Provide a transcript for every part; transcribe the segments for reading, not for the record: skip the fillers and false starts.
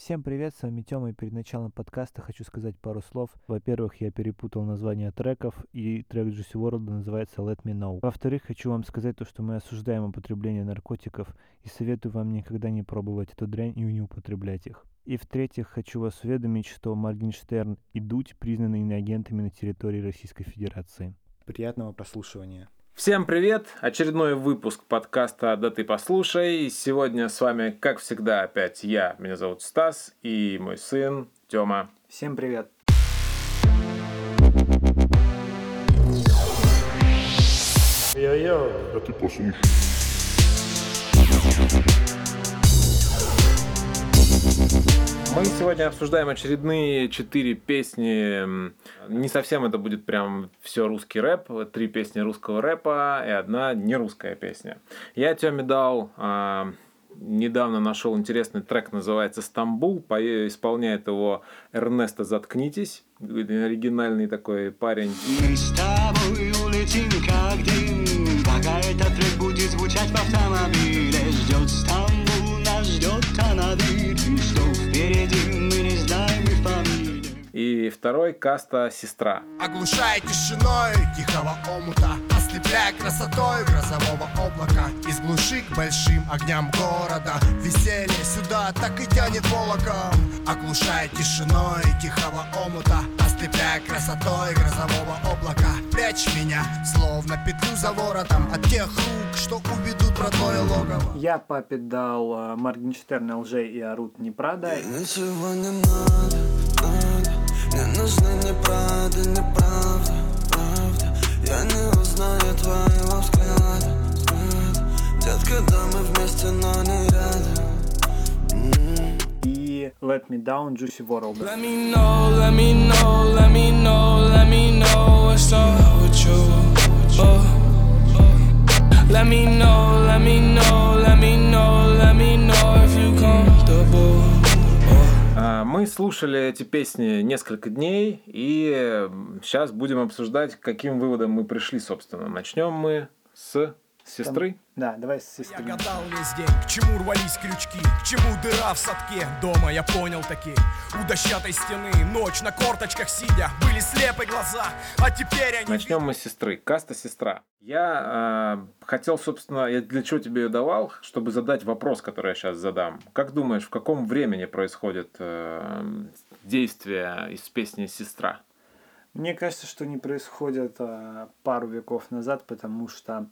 Всем привет, с вами Тёма, и перед началом подкаста хочу сказать пару слов. Во-первых, я перепутал название треков, и трек Juicy WRLD называется Let Me Know. Во-вторых, хочу вам сказать то, что мы осуждаем употребление наркотиков и советую вам никогда не пробовать эту дрянь и не употреблять их. И в-третьих, хочу вас уведомить, что Моргенштерн и Дудь признаны иноагентами на территории Российской Федерации. Приятного прослушивания. Всем привет! Очередной выпуск подкаста «Да ты послушай». Сегодня с вами, как всегда, опять я. Меня зовут Стас и мой сын Тёма. Всем привет! Йо-йо, да ты послушай. Мы сегодня обсуждаем очередные 4 песни. Не совсем это будет прям все русский рэп. 3 песни русского рэпа и 1 нерусская песня. Я Тёме дал... Недавно нашел интересный трек, называется «Стамбул». Исполняет его Эрнесто Заткнитесь. Оригинальный такой парень. Мы с тобой улетим как дым, пока этот трек будет звучать в автомобиле. Ждет Стамбул, нас ждет Анадырь, что впереди мы не знаем их фамилии. И второй «Каста Сестра». Оглушая тишиной тихого омута, ослепляя красотой грозового облака, из глуши к большим огням города, веселье сюда так и тянет волоком. Оглушая тишиной тихого омута, ослепляя красотой грозового облака, прячь меня, словно петлю за воротом от тех рук, что уведут про твое логово. Я папе дал Моргенштерн, ЛЖ и Орут не Прада. Ничего не надо, мне нужны неправда, правда. Я не узнаю твоего взгляда. Детка, да мы вместе, но не рядом. И Let Me Down, Juicy WRLD. Let me know, let me know, let me know, let me know what's up with you. Let me know, let me know, let me know, let me know if you comfortable. Мы слушали эти песни несколько дней, и сейчас будем обсуждать, к каким выводам мы пришли, собственно. Начнем мы с сестры. Да, давай с Я сестры. гадал весь день, к чему рвались крючки, к чему дыра в садке. Дома я понял таки, у дощатой стены, ночь на корточках сидя, были слепы глаза, а теперь они... Начнем мы с сестры. «Каста Сестра». Я хотел, собственно, я для чего тебе ее давал, чтобы задать вопрос, который я сейчас задам. Как думаешь, в каком времени происходит действие из песни «Сестра»? Мне кажется, что они происходят пару веков назад, потому что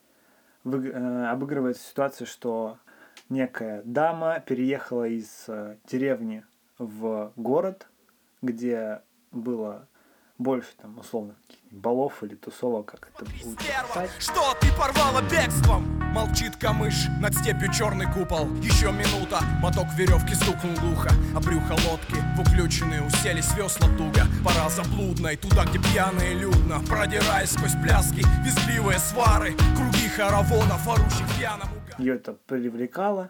обыгрывается ситуация, что некая дама переехала из деревни в город, где было больше, там, условно, балов или тусовок, как это будет писать. Что ты порвала бегством? Молчит камыш, над степью черный купол. Еще минута, моток веревки стукнул глухо, а брюхо лодки в уключенные уселись весла туго. Пора заблудной, туда, где пьяно и людно, продираясь сквозь пляски, визгливые свары, круги хороводов, орущих пьяным уга. Ее это привлекало,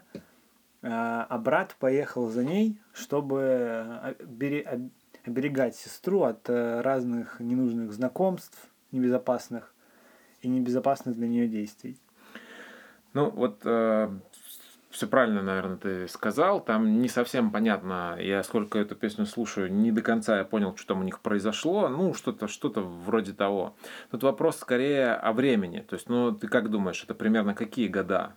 а брат поехал за ней, чтобы оберегать сестру от разных ненужных знакомств, небезопасных и небезопасных для нее действий. Ну, вот все правильно, наверное, ты сказал. Там не совсем понятно, я сколько эту песню слушаю, не до конца я понял, что там у них произошло. Ну, что-то вроде того. Тут вопрос скорее о времени. То есть, ну, ты как думаешь, это примерно какие года?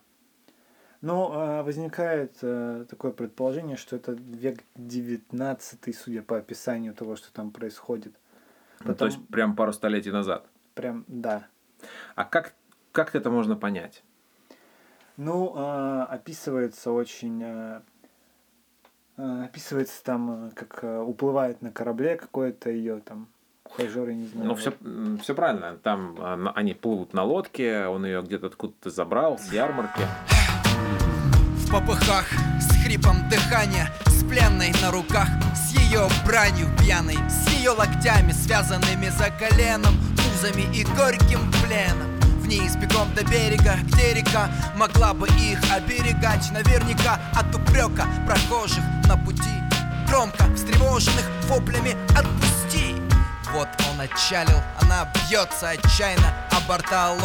Но возникает такое предположение, что это век 19, судя по описанию того, что там происходит. Ну, то есть прям пару столетий назад? Прям, да. А как это можно понять? Ну, описывается там, как уплывает на корабле какой-то ее там ухажёр, я не знаю. Ну, все правильно. Там они плывут на лодке, он ее где-то откуда-то забрал, с ярмарки. В попыхах, с хрипом дыхания, с пленной на руках, с ее бранью пьяной, с ее локтями, связанными за коленом, пузами и горьким пленом. В ней бегом до берега, где река могла бы их оберегать, наверняка от упрека прохожих на пути, громко встревоженных воплями «Отпусти!». Вот он отчалил, она бьется отчаянно, а борта лодки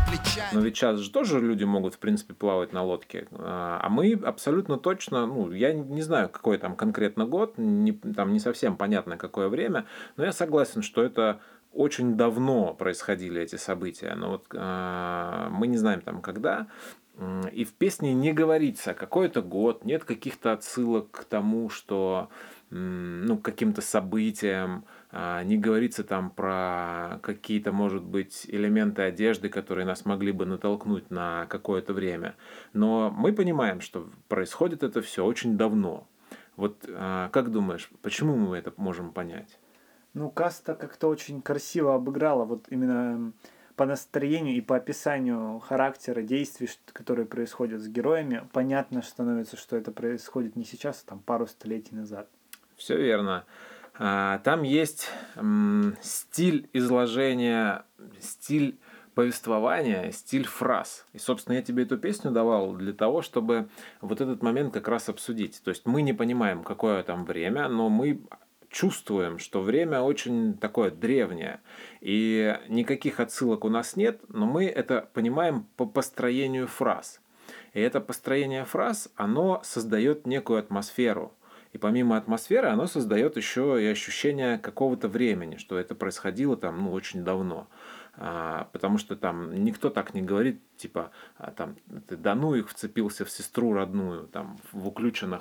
плечами. Но ведь сейчас же тоже люди могут, в принципе, плавать на лодке. А мы абсолютно точно, ну, я не знаю, какой там конкретно год, там не совсем понятно, какое время, но я согласен, что это очень давно происходили эти события. Но вот мы не знаем там когда. И в песне не говорится какой-то год, нет каких-то отсылок к тому, что, ну, к каким-то событиям, не говорится там про какие-то, может быть, элементы одежды, которые нас могли бы натолкнуть на какое-то время. Но мы понимаем, что происходит это все очень давно. Вот как думаешь, почему мы это можем понять? Ну, каста как-то очень красиво обыграла вот именно по настроению и по описанию характера действий, которые происходят с героями. Понятно становится, что это происходит не сейчас, а там пару столетий назад. Все верно. Там есть стиль изложения, стиль повествования, стиль фраз. И, собственно, я тебе эту песню давал для того, чтобы вот этот момент как раз обсудить. То есть мы не понимаем, какое там время, но мы чувствуем, что время очень такое древнее. И никаких отсылок у нас нет, но мы это понимаем по построению фраз. И это построение фраз, оно создает некую атмосферу. И помимо атмосферы, оно создает еще и ощущение какого-то времени, что это происходило там, ну, очень давно. Потому что там никто так не говорит, типа, там, ты да ну их вцепился в сестру родную, там, уключенно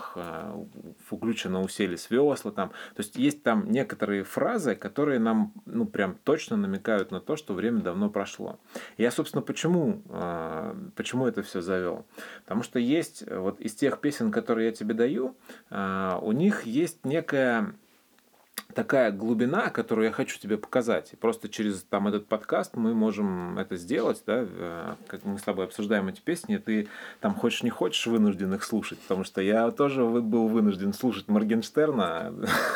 уселись весла, там. То есть есть там некоторые фразы, которые нам, ну, прям точно намекают на то, что время давно прошло. Я, собственно, почему это все завел? Потому что есть вот из тех песен, которые я тебе даю, у них есть некая такая глубина, которую я хочу тебе показать. И просто через там этот подкаст мы можем это сделать, да, как мы с тобой обсуждаем эти песни, ты там хочешь не хочешь вынужден их слушать, потому что я тоже был вынужден слушать Моргенштерна.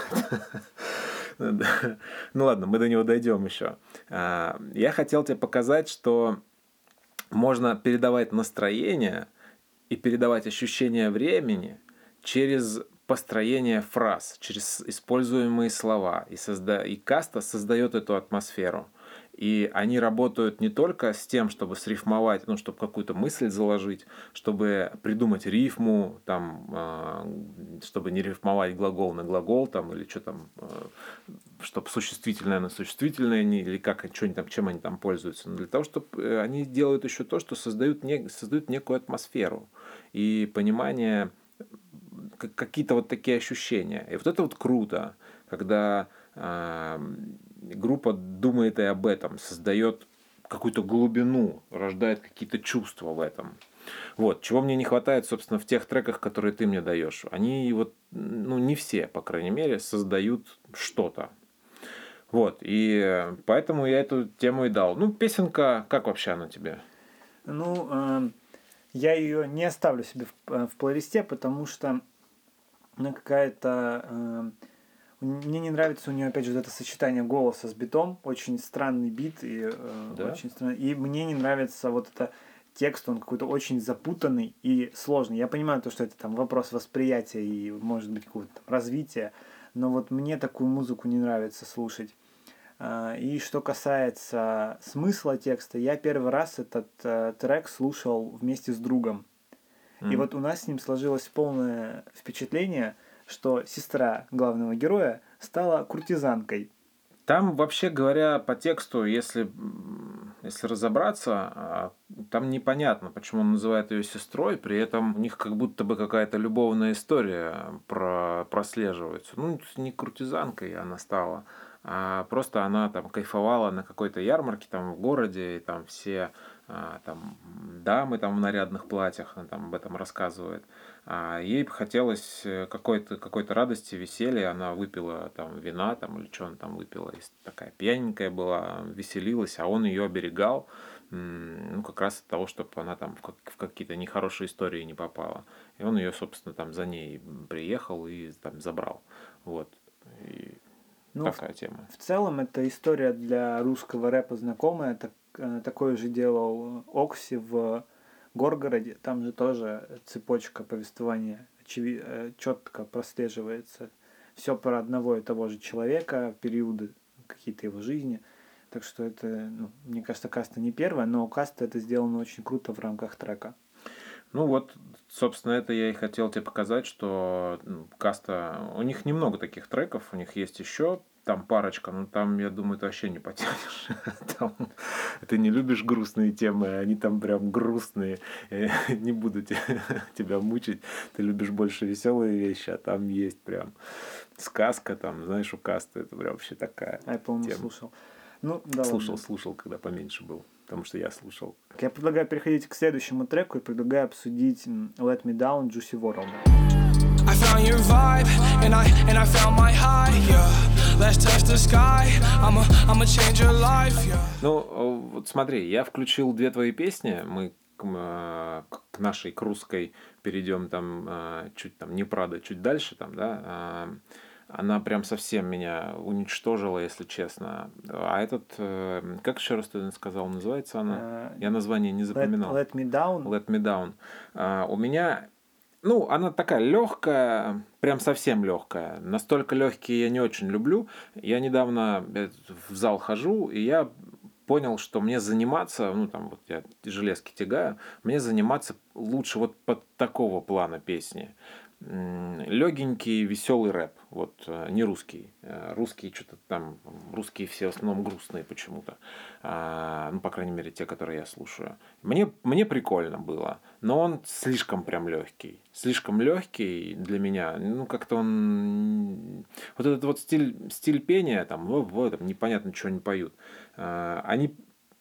Ну ладно, мы до него дойдем еще. Я хотел тебе показать, что можно передавать настроение и передавать ощущение времени через построение фраз, через используемые слова. И каста создает эту атмосферу. И они работают не только с тем, чтобы срифмовать, ну, чтобы какую-то мысль заложить, чтобы придумать рифму, там, чтобы не рифмовать глагол на глагол, там, или что там, чтобы существительное на существительное, или как, что-нибудь там, чем они там пользуются. Но для того, чтобы они делают еще то, что создают некую атмосферу и понимание, какие-то вот такие ощущения. И вот это вот круто, когда группа думает и об этом, создает какую-то глубину, рождает какие-то чувства в этом. Вот. Чего мне не хватает, собственно, в тех треках, которые ты мне даешь. Они вот, ну, не все, по крайней мере, создают что-то. Вот. И поэтому я эту тему и дал. Ну, песенка, как вообще она тебе? Ну, я ее не оставлю себе в плейлисте, потому что она какая-то... Мне не нравится у нее, опять же, вот это сочетание голоса с битом. Очень странный бит. И, Да? очень странный. И мне не нравится вот это текст, он какой-то очень запутанный и сложный. Я понимаю то, что это там вопрос восприятия и, может быть, какого-то там развития, но вот мне такую музыку не нравится слушать. И что касается смысла текста, я первый раз этот трек слушал вместе с другом. И вот у нас с ним сложилось полное впечатление, что сестра главного героя стала куртизанкой. Там, вообще говоря, по тексту, если разобраться, там непонятно, почему он называет ее сестрой, при этом у них как будто бы какая-то любовная история прослеживается. Ну, не куртизанкой она стала, а просто она там кайфовала на какой-то ярмарке там в городе, и там все там дамы там в нарядных платьях, она там об этом рассказывает. А ей хотелось какой-то радости, веселья, она выпила там вина там, или что она там выпила, и такая пьяненькая была, веселилась, а он ее оберегал, ну, как раз от того, чтобы она там в какие-то нехорошие истории не попала. И он ее, собственно, там за ней приехал и там забрал. Вот. И такая тема. В целом, эта история для русского рэпа знакомая. Такое же делал Окси в Горгороде. Там же тоже цепочка повествования четко прослеживается. Все про одного и того же человека, периоды какие-то его жизни. Так что это, ну, мне кажется, каста не первая, но у каста это сделано очень круто в рамках трека. Ну вот, собственно, это я и хотел тебе показать, что каста... У них немного таких треков, у них есть еще там парочка, но там, я думаю, ты вообще не потянешь. Там, ты не любишь грустные темы, они там прям грустные. Я не буду тебя мучить. Ты любишь больше веселые вещи, а там есть прям сказка, там, знаешь, у касты это прям вообще такая Я, по-моему, тема. слушал. Ну, да Слушал, когда поменьше был, потому что я слушал. Я предлагаю переходить к следующему треку и предлагаю обсудить Let Me Down Juicy WRLD. I found your vibe, and I found my high, yeah. Let's touch the sky, I'ma change your life, yeah. Ну, вот смотри, я включил 2 твои песни, мы к нашей, к русской перейдем там чуть там не Прада, чуть дальше там, да, она прям совсем меня уничтожила, если честно. А этот, как еще раз ты сказал, называется она? Я название не запоминал. Let Me Down. Let Me Down. У меня, ну, она такая легкая, прям совсем легкая. Настолько легкие я не очень люблю. Я недавно в зал хожу, и я понял, что мне заниматься, ну там вот я железки тягаю, мне заниматься лучше вот под такого плана песни. Легенький, веселый рэп, вот, не русский. Русские что-то там, русские все в основном грустные почему-то. Ну, по крайней мере, те, которые я слушаю. Мне прикольно было, но он слишком прям легкий. Слишком легкий для меня. Ну, как-то он... Вот этот вот стиль пения, там, там непонятно, что они поют. Они...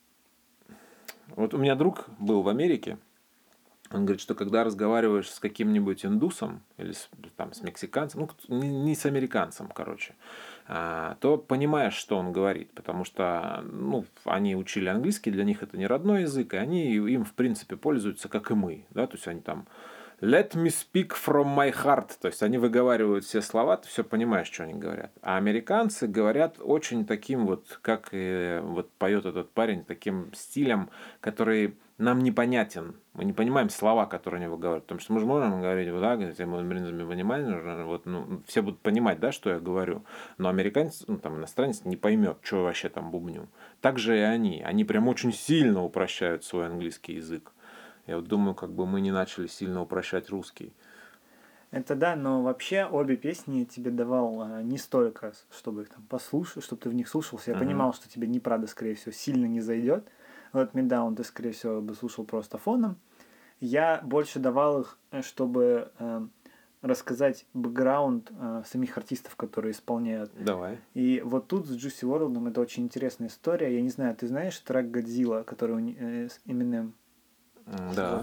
Вот у меня друг был в Америке. Он говорит, что когда разговариваешь с каким-нибудь индусом или там, с мексиканцем, ну, не с американцем, короче, то понимаешь, что он говорит, потому что ну, они учили английский, для них это не родной язык, и они им, в принципе, пользуются, как и мы. Да? То есть они там «let me speak from my heart», то есть они выговаривают все слова, ты все понимаешь, что они говорят. А американцы говорят очень таким вот, как и вот поет этот парень, таким стилем, который нам непонятен. Мы не понимаем слова, которые они выговаривают. Потому что мы же можем говорить, вот так, если мы понимаем, вот, ну, все будут понимать, да, что я говорю. Но американец, ну, там, иностранец не поймет, что я вообще там бубню. Так же и они. Они прям очень сильно упрощают свой английский язык. Я вот думаю, как бы мы не начали сильно упрощать русский. Это да, но вообще обе песни я тебе давал не столько, чтобы их там послушать, чтобы ты в них слушался. Я понимал, что тебе неправда, скорее всего, сильно не зайдет. Let Me Down ты, скорее всего, бы слушал просто фоном. Я больше давал их, чтобы рассказать бэкграунд самих артистов, которые исполняют. Давай. И вот тут с Juicy WRLD это очень интересная история. Я не знаю, ты знаешь трек Godzilla, который с Eminem? Да.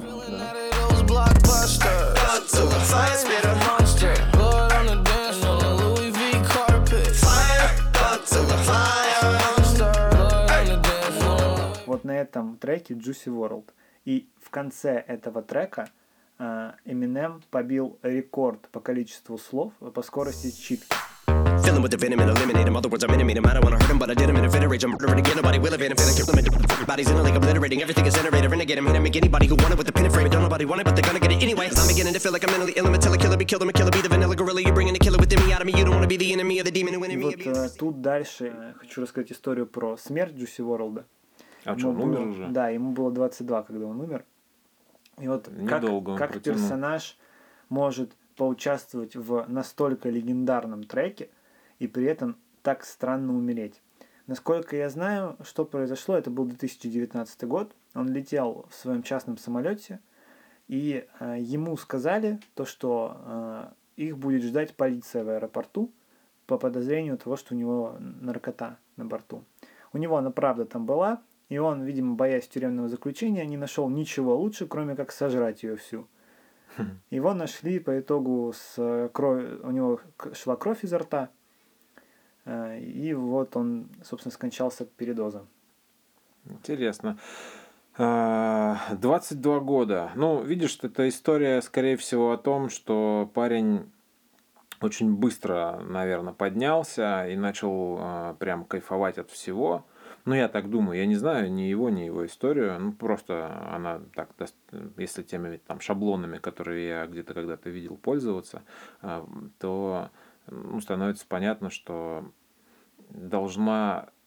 Вот на этом треке Juicy WRLD. И в конце этого трека Eminem побил рекорд по количеству слов, по скорости читки. Filling with the venom and eliminate him. Other words, I'm intimate him. I don't wanna hurt him, but I did him in a fit of rage. I'm murdering again. Nobody will evade him. Feeling kill him and bodies in a lake obliterating. Everything is generated. Renegade him. Hit him. Make anybody who want it with a pin and frame. Don't nobody want it, but they're gonna get it anyway. 'Cause I'm beginning to feel like I'm mentally ill. I'm a killer. Be killed. I'm a killer. Be the vanilla gorilla. You're bringing the killer within me out of me. You don't wanna be the enemy of the demon who И enemy. вот тут дальше хочу рассказать историю про смерть Juicy WRLD. А что, он умер уже? Да, ему было 22, когда он умер. И вот Недолго он как протянул. персонаж может поучаствовать в настолько легендарном треке и при этом так странно умереть. Насколько я знаю, что произошло, это был 2019 год. Он летел в своем частном самолете, и ему сказали то, что их будет ждать полиция в аэропорту по подозрению того, что у него наркота на борту. У него она правда там была, и он, видимо, боясь тюремного заключения, не нашел ничего лучше, кроме как сожрать ее всю. Его нашли по итогу у него шла кровь изо рта, и вот он, собственно, скончался от передоза. Интересно. 22 года. Ну, видишь, это история, скорее всего, о том, что парень очень быстро, наверное, поднялся и начал прям кайфовать от всего. Ну, я так думаю, я не знаю ни его историю. Ну, просто она так, если теми там шаблонами, которые я где-то когда-то видел, пользоваться, то становится понятно, что должна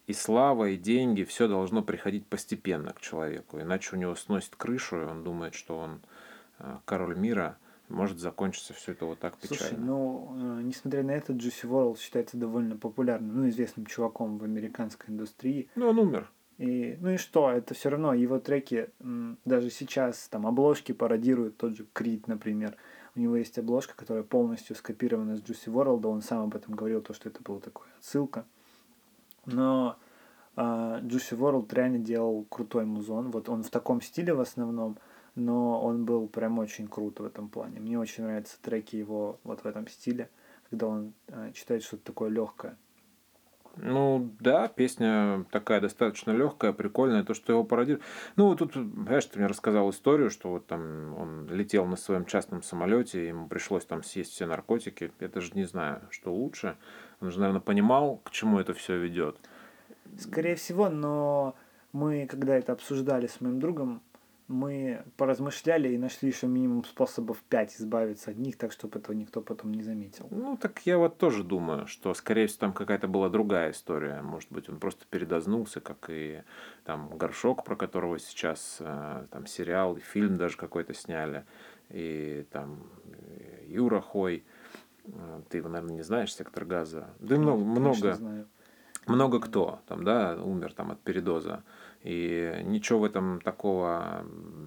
и слава, и деньги, все должно приходить постепенно к человеку. Иначе у него сносит крышу, и он думает, что он король мира. Может закончиться все это вот так печально. Слушай, несмотря на это, Juicy WRLD считается довольно популярным, известным чуваком в американской индустрии. Он умер. И что, это все равно его треки даже сейчас, там, обложки пародируют тот же Крид, например. У него есть обложка, которая полностью скопирована с Juicy WRLD, он сам об этом говорил, что это была такая отсылка. Но Juicy WRLD реально делал крутой музон, вот он в таком стиле в основном, но он был прям очень крут в этом плане. Мне очень нравятся треки его вот в этом стиле, когда он читает что-то такое легкое. Да, песня такая достаточно легкая, прикольная, то, что его пародируют. Тут, знаешь, ты мне рассказал историю, что вот там он летел на своем частном самолете, ему пришлось там съесть все наркотики. Я даже не знаю, что лучше. Он же, наверное, понимал, к чему это все ведет. Скорее всего, но мы, когда это обсуждали с моим другом, мы поразмышляли и нашли еще минимум способов 5 избавиться от них, так, чтобы этого никто потом не заметил. Так я вот тоже думаю, что, скорее всего, там какая-то была другая история. Может быть, он просто передознулся, как и там Горшок, про которого сейчас там сериал и фильм даже какой-то сняли. И там Юра Хой. Ты его, наверное, не знаешь, «Сектор газа». Да много кто там, да, умер там от передоза. И ничего в этом такого...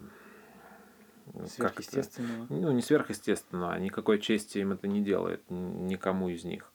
Сверхъестественного. Не сверхъестественного. Никакой чести им это не делает. Никому из них.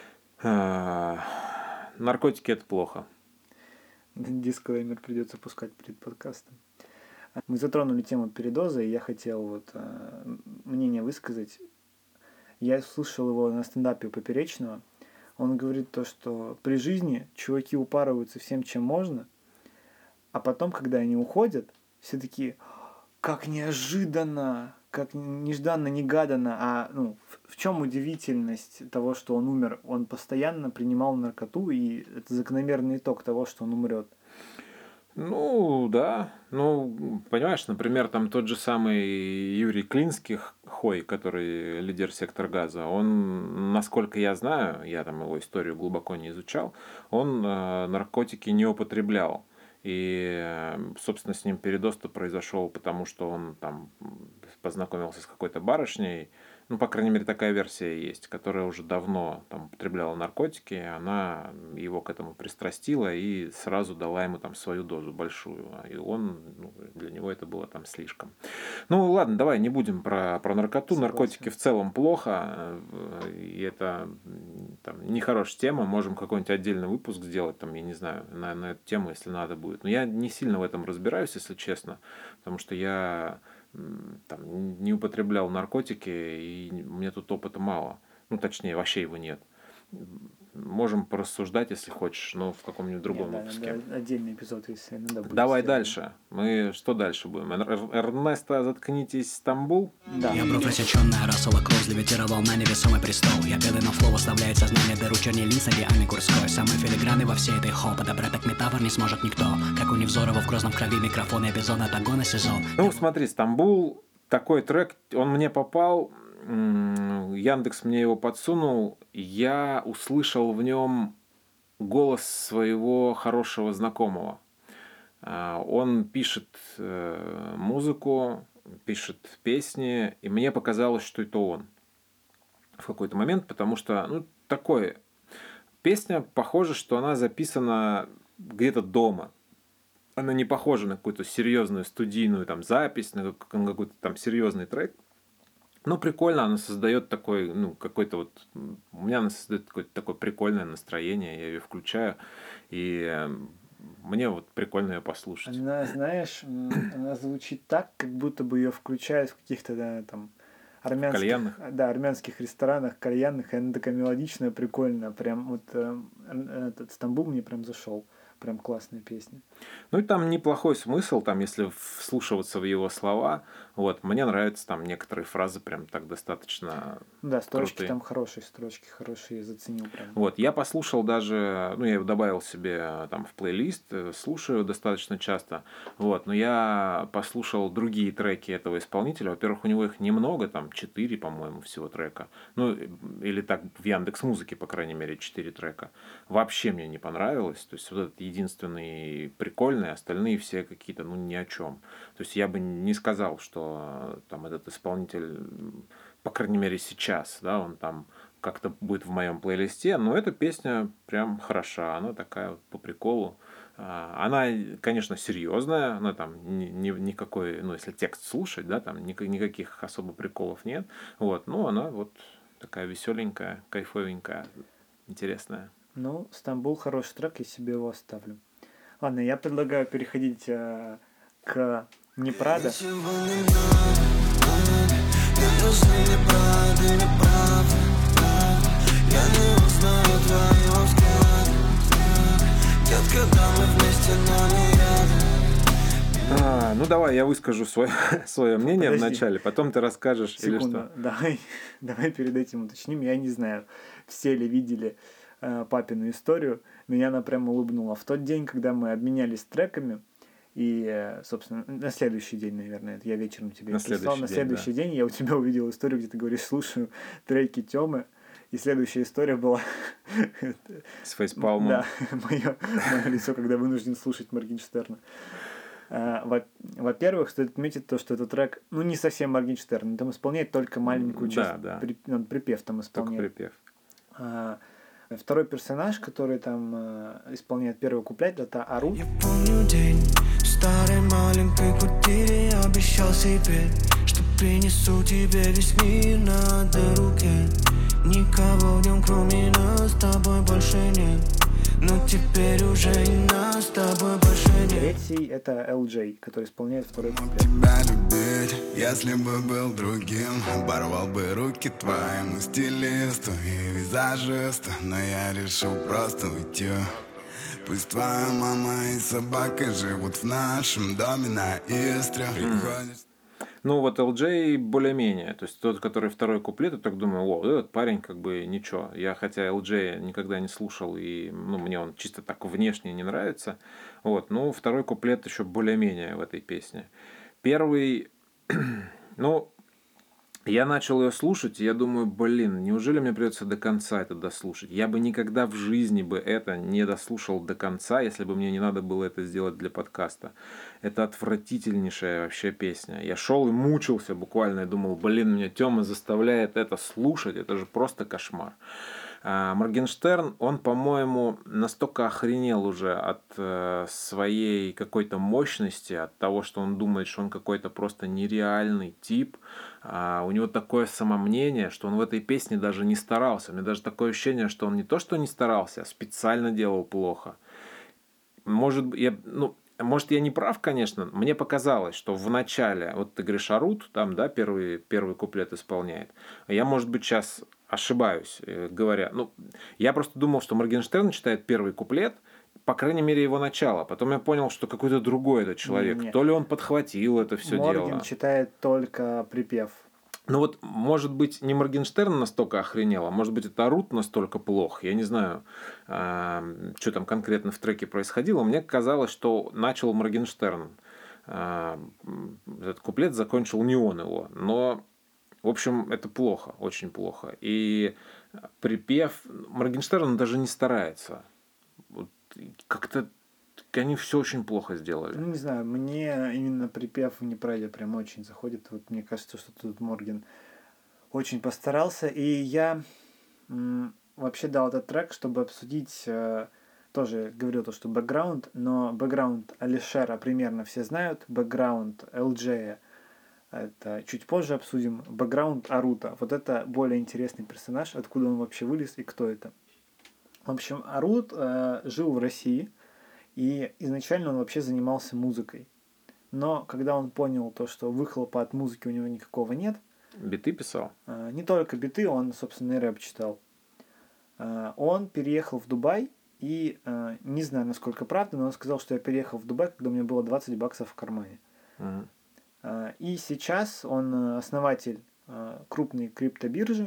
Наркотики — это плохо. Дисклеймер придется пускать перед подкастом. Мы затронули тему передоза, и я хотел мнение высказать. Я слушал его на стендапе у Поперечного. Он говорит то, что при жизни чуваки упарываются всем, чем можно, а потом, когда они уходят, все такие: как неожиданно, как нежданно-негаданно. В чем удивительность того, что он умер? Он постоянно принимал наркоту, и это закономерный итог того, что он умрет. Да. Понимаешь, например, там тот же самый Юрий Клинский, Хой, который лидер «Сектор газа», он, насколько я знаю, я там его историю глубоко не изучал, он наркотики не употреблял. И, собственно, с ним передоз-то произошел, потому что он там познакомился с какой-то барышней, по крайней мере, такая версия есть, которая уже давно там употребляла наркотики, она его к этому пристрастила и сразу дала ему там свою дозу большую, и он, для него это было там слишком. Ладно, давай не будем про наркоту. Согласен. Наркотики в целом плохо, и это там нехорошая тема, можем какой-нибудь отдельный выпуск сделать, там, я не знаю, на эту тему, если надо будет. Но я не сильно в этом разбираюсь, если честно, потому что я там не употреблял наркотики, и мне тут опыта мало. Точнее, вообще его нет. Можем порассуждать, если хочешь, но в каком-нибудь другом выпуске. Отдельный эпизод, если надо будет. Давай дальше. Мы что дальше будем? Эрнесто, заткнитесь, Стамбул? Да. Я бровь рассечённая, рассола кровь левитировал на невесомый престол. Я белый, но флоу оставляет сознание дыру чернилин среди Анны Гурской. Самый филигранный во всей этой хо, подобрать так метафор не сможет никто. Как у Невзорова в грозном крови микрофон и эпизод от огона сезон. Смотри, Стамбул, такой трек, он мне попал, Яндекс мне его подсунул, я услышал в нем голос своего хорошего знакомого. Он пишет музыку, пишет песни, и мне показалось, что это он в какой-то момент, потому что, такое, песня, похоже, что она записана где-то дома. Она не похожа на какую-то серьезную студийную там запись, на какой-то там серьезный трек. Прикольно, она создает такой, какой-то вот... У меня она создает какое-то такое прикольное настроение, я ее включаю, и мне вот прикольно ее послушать. Она, знаешь, она звучит так, как будто бы ее включают в каких-то, там, армянских ресторанах, кальянных, и она такая мелодичная, прикольная. Прям вот этот Стамбул мне прям зашел. Прям классная песня. И там неплохой смысл, там, если вслушиваться в его слова, Вот, мне нравятся там некоторые фразы прям так достаточно Да, строчки крутые. там хорошие, строчки хорошие, я заценил прям. Вот, я послушал даже, ну, я его добавил себе там в плейлист, слушаю достаточно часто, вот, но я послушал другие треки этого исполнителя. Во-первых, у него их немного, там 4, по-моему, всего трека, ну, или так в Яндекс.Музыке, по крайней мере, 4 трека. Вообще мне не понравилось, то есть вот этот единственный прикольный, остальные все какие-то, ну, ни о чем. То есть я бы не сказал, что там этот исполнитель, по крайней мере, сейчас, да, он там как-то будет в моем плейлисте, но эта песня прям хороша, она такая вот по приколу. Она, конечно, серьезная, но там никакой, ну, если текст слушать, да, там никаких особо приколов нет, вот, но она вот такая веселенькая, кайфовенькая, интересная. Ну, «Стамбул» хороший трек, я себе его оставлю. Ладно, я предлагаю переходить к «Неправда». Я не узнаю твоего взгляда, когда мы вместе, но не рядом. Ну давай я выскажу свое мнение Подожди. вначале, потом ты расскажешь или Секунду, что. давай перед этим уточним. Я не знаю, все ли видели папину историю, меня она прям улыбнула. В тот день, когда мы обменялись треками, и, собственно, на следующий день, наверное, это я вечером тебе прислал, на следующий день я у тебя увидел историю, где ты говоришь, слушаю треки Тёмы, и следующая история была С фейспалмом. Да, мое лицо, когда вынужден слушать Моргенштерна. Во-первых, стоит отметить то, что этот трек, ну, не совсем Моргенштерн, он там исполняет только маленькую часть, Да. Он припев там исполняет. Только припев. Второй персонаж, который там исполняет первый куплет, это Арут. Я помню день в старой маленькой квартире. Я обещал себе, что принесу тебе весь мир на одной руке. Никого в нем кроме нас с тобой больше нет. Но теперь уже и нас с тобой больше нет. Третий это LJ, который исполняет второй куплет. Тебя любить, если бы был другим, порвал бы руки твоему стилисту и визажисту, но я решил просто уйти. Пусть твоя мама и собака живут в нашем доме на Истре. Ну вот LJ более-менее, то есть тот, который второй куплет, я так думаю, о, этот парень как бы ничего. Я хотя LJ никогда не слушал, и ну, мне он чисто так внешне не нравится. Вот, ну второй куплет еще более-менее в этой песне. Первый, ну, я начал ее слушать, и я думаю, блин, неужели мне придется до конца это дослушать? Я бы никогда в жизни бы это не дослушал до конца, если бы мне не надо было это сделать для подкаста. Это отвратительнейшая вообще песня. Я шел и мучился буквально, и думал, блин, меня Тёма заставляет это слушать, это же просто кошмар. Моргенштерн, он, по-моему, настолько охренел уже от своей какой-то мощности, от того, что он думает, что он какой-то просто нереальный тип. У него такое самомнение, что он в этой песне даже не старался. У меня даже такое ощущение, что он не то, что не старался, а специально делал плохо. Может, я не прав, конечно. Мне показалось, что в начале, вот ты говоришь, Арут, там, да, первый куплет исполняет. Я, может быть, сейчас ошибаюсь, говоря. Ну, я просто думал, что Моргенштерн читает первый куплет, по крайней мере, его начало. Потом я понял, что какой-то другой этот человек. Не-не. То ли он подхватил это все дело. Морген читает только припев. Ну вот, может быть, не Моргенштерн настолько охренел, а может быть, это Арут настолько плох. Я не знаю, что там конкретно в треке происходило. Мне казалось, что начал Моргенштерн. Этот куплет закончил не он его. Но, в общем, это плохо, очень плохо. И припев Моргенштерн даже не старается. Вот как-то они все очень плохо сделали. Ну, не знаю, мне именно припев в «Неправде» прям очень заходит. Вот мне кажется, что тут Морген очень постарался. И я вообще дал этот трек, чтобы обсудить, тоже говорил то, что бэкграунд, но бэкграунд Алишера примерно все знают, бэкграунд LJ это чуть позже обсудим, бэкграунд Арута. Вот это более интересный персонаж, откуда он вообще вылез и кто это. В общем, Арут жил в России, и изначально он вообще занимался музыкой. Но когда он понял то, что выхлопа от музыки у него никакого нет... Биты писал? Не только биты, он, собственно, и рэп читал. Он переехал в Дубай, и не знаю, насколько правда, но он сказал, что я переехал в Дубай, когда у меня было $20 в кармане. И сейчас он основатель крупной криптобиржи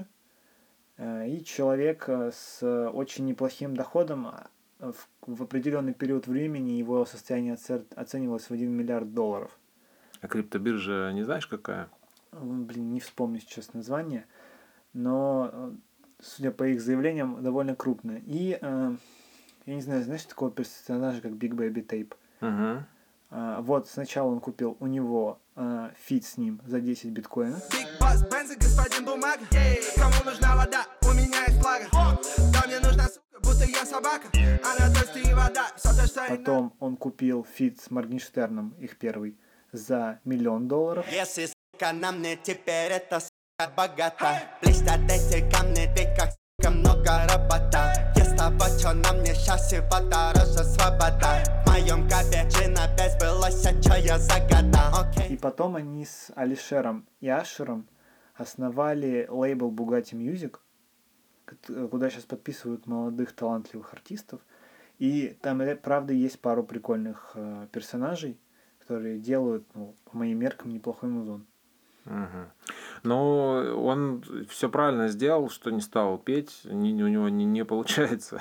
и человек с очень неплохим доходом. В определенный период времени его состояние оценивалось в $1 миллиард. А криптобиржа не знаешь какая? Блин, не вспомню сейчас название, но, судя по их заявлениям, довольно крупная. И я не знаю, знаешь такого персонажа, как Big Baby Tape? Угу. Вот сначала он купил у него фит с ним за 10 биткоинов. Big Boss, Бензы, господин Бумага. Кому нужна вода? У меня есть флага. Да мне нужна сука, будто я собака. Она тосты и вода, все то, что и Потом он купил фит с Моргенштерном, их первый, за $1 миллион. Если сука на мне теперь это сука богата. Блестят эти камни, ведь как сука много работа. Есть того, что на мне сейчас всего дороже свобода. В моем капе джина без былось, а чё я загадал. И потом они с Алишером и Ашером основали лейбл Bugatti Music, куда сейчас подписывают молодых талантливых артистов. И там, правда, есть пару прикольных персонажей, которые делают, по моим меркам, неплохой музон. Угу. Но он все правильно сделал, что не стал петь, у него не получается.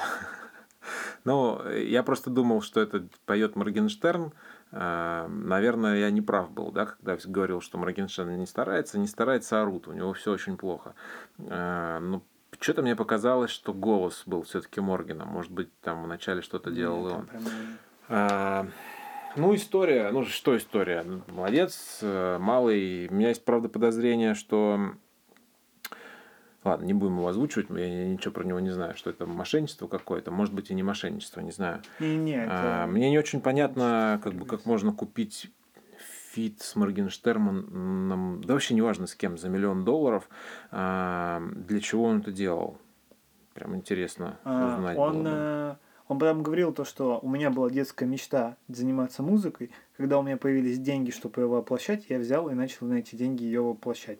Но я просто думал, что это поет Моргенштерн. Наверное, я не прав был, да, когда говорил, что Моргенштерн не старается, орут, у него все очень плохо. Но что-то мне показалось, что голос был все-таки Моргена. Может быть, там вначале что-то делал и он. История. Что история? Молодец, малый. У меня есть, правда, подозрение, что... Ладно, не будем его озвучивать, я ничего про него не знаю, что это мошенничество какое-то, может быть и не мошенничество, не знаю. Мне не очень понятно, как можно купить фит с Моргенштерном, да вообще неважно с кем, за $1 миллион, для чего он это делал. Прям интересно узнать было бы. Он потом говорил то, что у меня была детская мечта заниматься музыкой. Когда у меня появились деньги, чтобы ее воплощать, я взял и начал на эти деньги ее воплощать.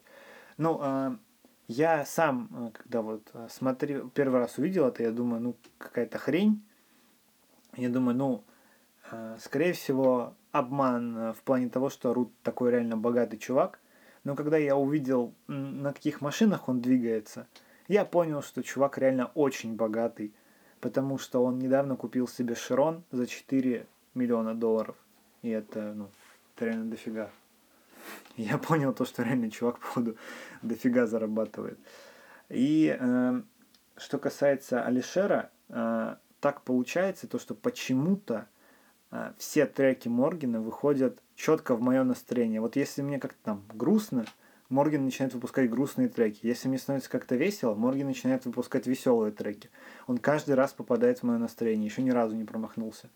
Я сам, когда смотрел, первый раз увидел это, я думаю, какая-то хрень. Я думаю, скорее всего, обман в плане того, что Рут такой реально богатый чувак. Но когда я увидел, на каких машинах он двигается, я понял, что чувак реально очень богатый. Потому что он недавно купил себе Широн за $4 миллиона. И это реально дофига. Я понял то, что реально чувак, походу, дофига зарабатывает. И что касается Алишера, так получается, то, что почему-то все треки Моргена выходят четко в мое настроение. Вот если мне как-то там грустно, Морген начинает выпускать грустные треки. Если мне становится как-то весело, Морген начинает выпускать веселые треки. Он каждый раз попадает в мое настроение, еще ни разу не промахнулся.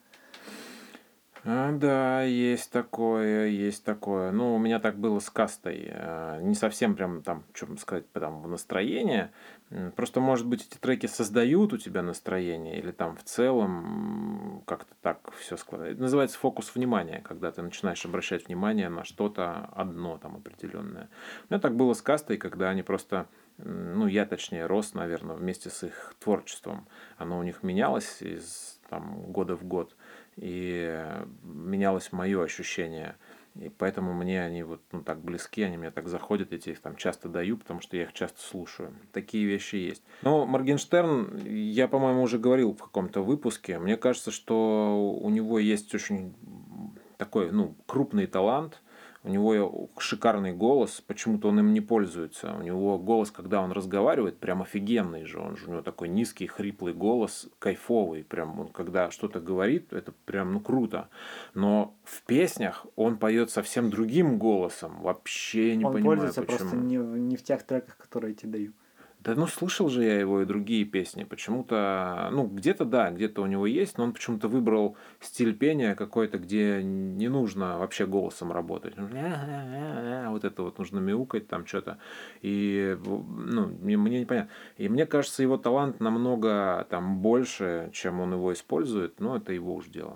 Да, есть такое. У меня так было с Кастой. Не совсем прям там, что сказать, прям в настроение. Просто, может быть, эти треки создают у тебя настроение, или там в целом как-то так все складывается. Это называется фокус внимания, когда ты начинаешь обращать внимание на что-то одно там определенное. У меня так было с Кастой, когда они просто... я точнее рос, наверное, вместе с их творчеством. Оно у них менялось из года в год. И менялось мое ощущение. И поэтому мне они так близки, они мне так заходят, я их там часто даю, потому что я их часто слушаю. Такие вещи есть. Но Моргенштерн, я, по-моему, уже говорил в каком-то выпуске, мне кажется, что у него есть очень такой, крупный талант. У него шикарный голос, почему-то он им не пользуется. У него голос, когда он разговаривает, прям офигенный же. У него такой низкий, хриплый голос, кайфовый. Прям он, когда что-то говорит, это прям, круто. Но в песнях он поет совсем другим голосом. Вообще не понимаю, пользуется почему. Просто не в тех треках, которые я тебе даю. Да, слышал же я его и другие песни. Почему-то, где-то да, где-то у него есть, но он почему-то выбрал стиль пения какой-то, где не нужно вообще голосом работать. Вот это нужно мяукать там что-то. И, мне непонятно. И мне кажется, его талант намного там больше, чем он его использует, но это его уж дело.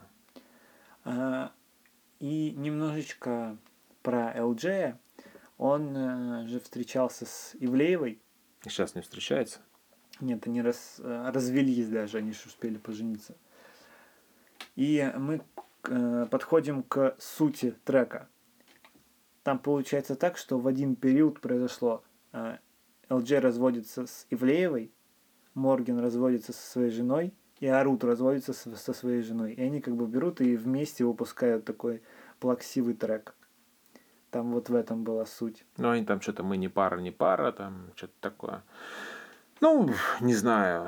И немножечко про LJ. Он же встречался с Ивлеевой. И сейчас не встречается? Нет, они развелись даже, они же успели пожениться. И мы подходим к сути трека. там получается так, что в один период произошло. LG разводится с Ивлеевой, Морген разводится со своей женой, и Арут разводится со своей женой. И они как бы берут и вместе выпускают такой плаксивый трек. Там вот в этом была суть. Ну, они там что-то «Мы не пара», там что-то такое. Ну, не знаю.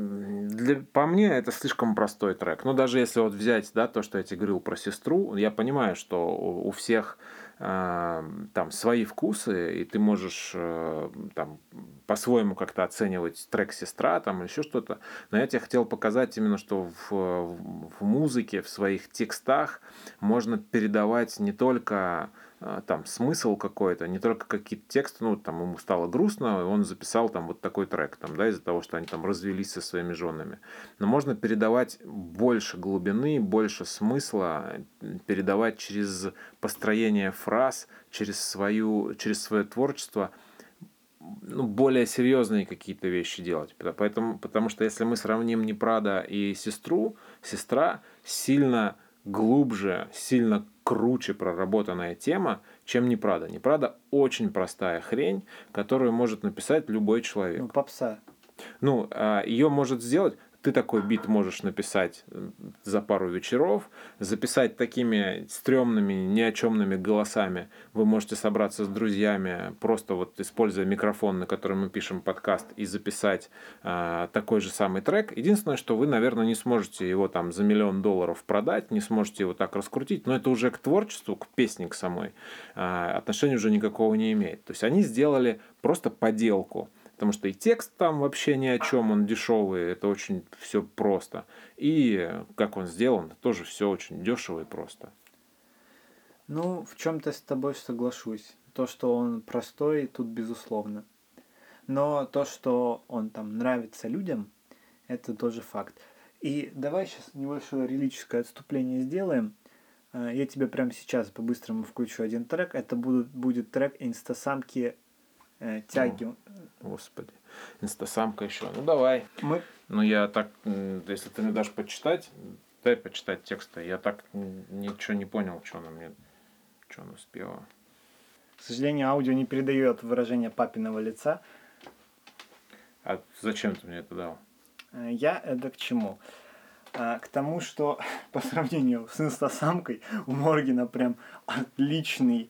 По мне это слишком простой трек. Ну, даже если вот взять, да, то, что я тебе говорил про сестру, я понимаю, что у всех там свои вкусы, и ты можешь там по-своему как-то оценивать трек «Сестра» там или еще что-то. Но я тебе хотел показать именно, что в музыке, в своих текстах можно передавать не только там смысл какой-то, не только какие-то тексты, ну, там ему стало грустно, и он записал там вот такой трек, там, да, из-за того, что они там развелись со своими женами. Но можно передавать больше глубины, больше смысла, передавать через построение фраз, через свое творчество, ну, более серьезные какие-то вещи делать. Потому что если мы сравним «Непрада» и «Сестру», «Сестра» сильно глубже, сильно круче проработанная тема, чем «Непрада». «Непрада» очень простая хрень, которую может написать любой человек. Ну, попса. Ну, ее может сделать... Ты такой бит можешь написать за пару вечеров, записать такими стрёмными, ни о чёмными голосами. Вы можете собраться с друзьями, просто вот используя микрофон, на котором мы пишем подкаст, и записать такой же самый трек. Единственное, что вы, наверное, не сможете его там за $1 миллион продать, не сможете его так раскрутить, но это уже к творчеству, к песне к самой отношения уже никакого не имеет. То есть они сделали просто поделку. Потому что и текст там вообще ни о чем, он дешевый, это очень все просто. И как он сделан, тоже все очень дешево и просто. Ну, в чем-то с тобой соглашусь. То, что он простой, тут безусловно. Но то, что он там нравится людям, это тоже факт. И давай сейчас небольшое лирическое отступление сделаем. Я тебе прямо сейчас по-быстрому включу один трек. Это будет трек «Инстасамки тяги». Господи, инстасамка еще. Ну давай. Ну я так, если ты мне дашь почитать, дай почитать тексты. Я так ничего не понял, что она спела. К сожалению, аудио не передает выражение папиного лица. А зачем ты мне это дал? Я это к чему? К тому, что по сравнению с инстасамкой у Моргена прям отличный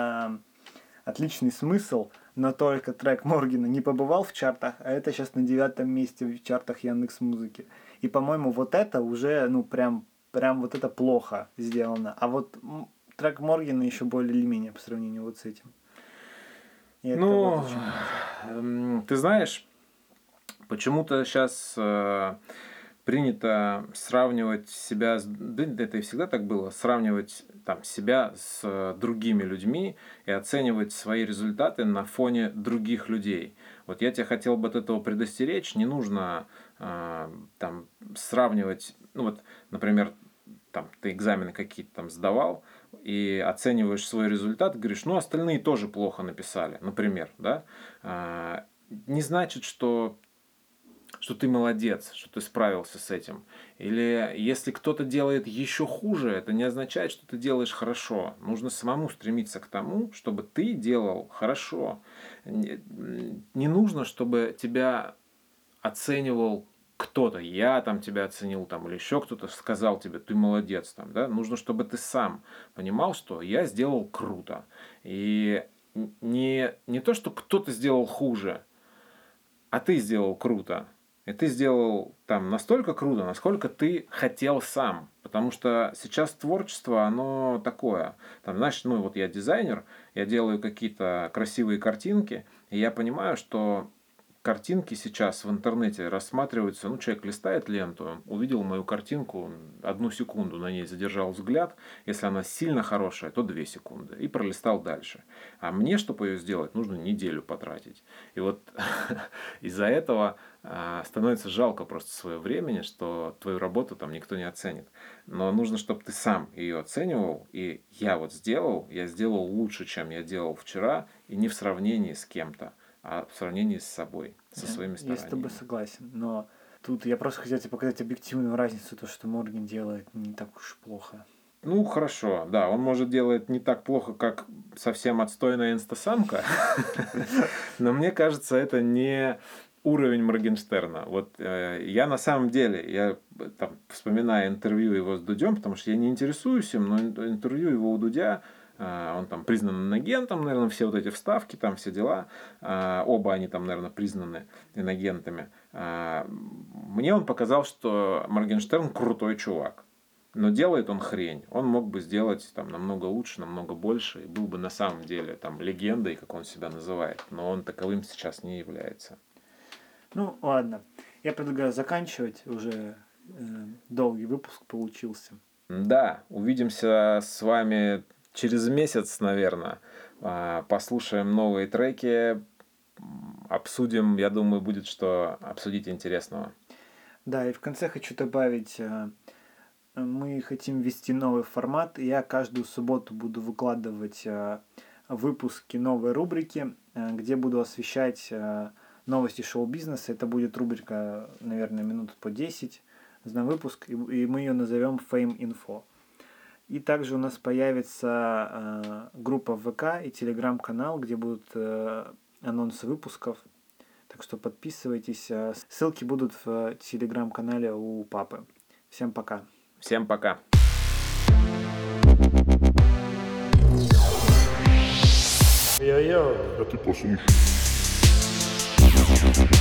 смысл, но только трек Моргена не побывал в чартах, а это сейчас на 9 месте в чартах Яндекс.Музыки. И, по-моему, вот это уже, ну, прям вот это плохо сделано. А вот трек Моргена еще более или менее по сравнению вот с этим. Ну, ты знаешь, почему-то сейчас принято сравнивать себя, да это и всегда так было, сравнивать там себя с другими людьми и оценивать свои результаты на фоне других людей. Вот я тебя хотел бы от этого предостеречь, не нужно там сравнивать, ну вот, например, там ты экзамены какие-то там сдавал и оцениваешь свой результат, говоришь, ну остальные тоже плохо написали, например, да, не значит, что ты молодец, что ты справился с этим. Или если кто-то делает еще хуже, это не означает, что ты делаешь хорошо. Нужно самому стремиться к тому, чтобы ты делал хорошо. Не нужно, чтобы тебя оценивал кто-то. Я там тебя оценил, там, или еще кто-то сказал тебе, ты молодец. Там, да? Нужно, чтобы ты сам понимал, что я сделал круто. И не то, что кто-то сделал хуже, а ты сделал круто. И ты сделал там настолько круто, насколько ты хотел сам. Потому что сейчас творчество, оно такое. Там, знаешь, ну вот я дизайнер, я делаю какие-то красивые картинки, и я понимаю, что картинки сейчас в интернете рассматриваются, ну, человек листает ленту, увидел мою картинку, 1 секунду на ней задержал взгляд, если она сильно хорошая, то 2 секунды, и пролистал дальше. А мне, чтобы ее сделать, нужно неделю потратить. И вот из-за этого становится жалко просто своего времени, что твою работу там никто не оценит. Но нужно, чтобы ты сам ее оценивал, и я сделал лучше, чем я делал вчера, и не в сравнении с кем-то, а в сравнении с собой, со своими стараниями. Я с тобой согласен, но тут я просто хотел тебе показать объективную разницу, то, что Морген делает не так уж плохо. Ну, хорошо, да, он, может, делает не так плохо, как совсем отстойная инстасамка, но мне кажется, это не уровень Моргенштерна. Вот я на самом деле, я там вспоминаю интервью его с Дудем, потому что я не интересуюсь им, но интервью его у Дудя, он там признан инагентом, наверное, все вот эти вставки, там все дела, оба они там, наверное, признаны инагентами. Мне он показал, что Моргенштерн крутой чувак. Но делает он хрень. Он мог бы сделать там намного лучше, намного больше, и был бы на самом деле там легендой, как он себя называет. Но он таковым сейчас не является. Ну, ладно. Я предлагаю заканчивать. Уже долгий выпуск получился. Да, увидимся с вами через месяц, наверное. Послушаем новые треки. Обсудим, я думаю, будет что обсудить интересного. Да, и в конце хочу добавить, мы хотим ввести новый формат. Я каждую субботу буду выкладывать выпуски новой рубрики, где буду освещать новости шоу-бизнеса. Это будет рубрика, наверное, минут по 10 на выпуск, и мы ее назовем Fame Info. И также у нас появится группа ВК и телеграм-канал, где будут анонсы выпусков. Так что подписывайтесь. Ссылки будут в телеграм-канале у папы. Всем пока. Всем пока. Я ты послушай.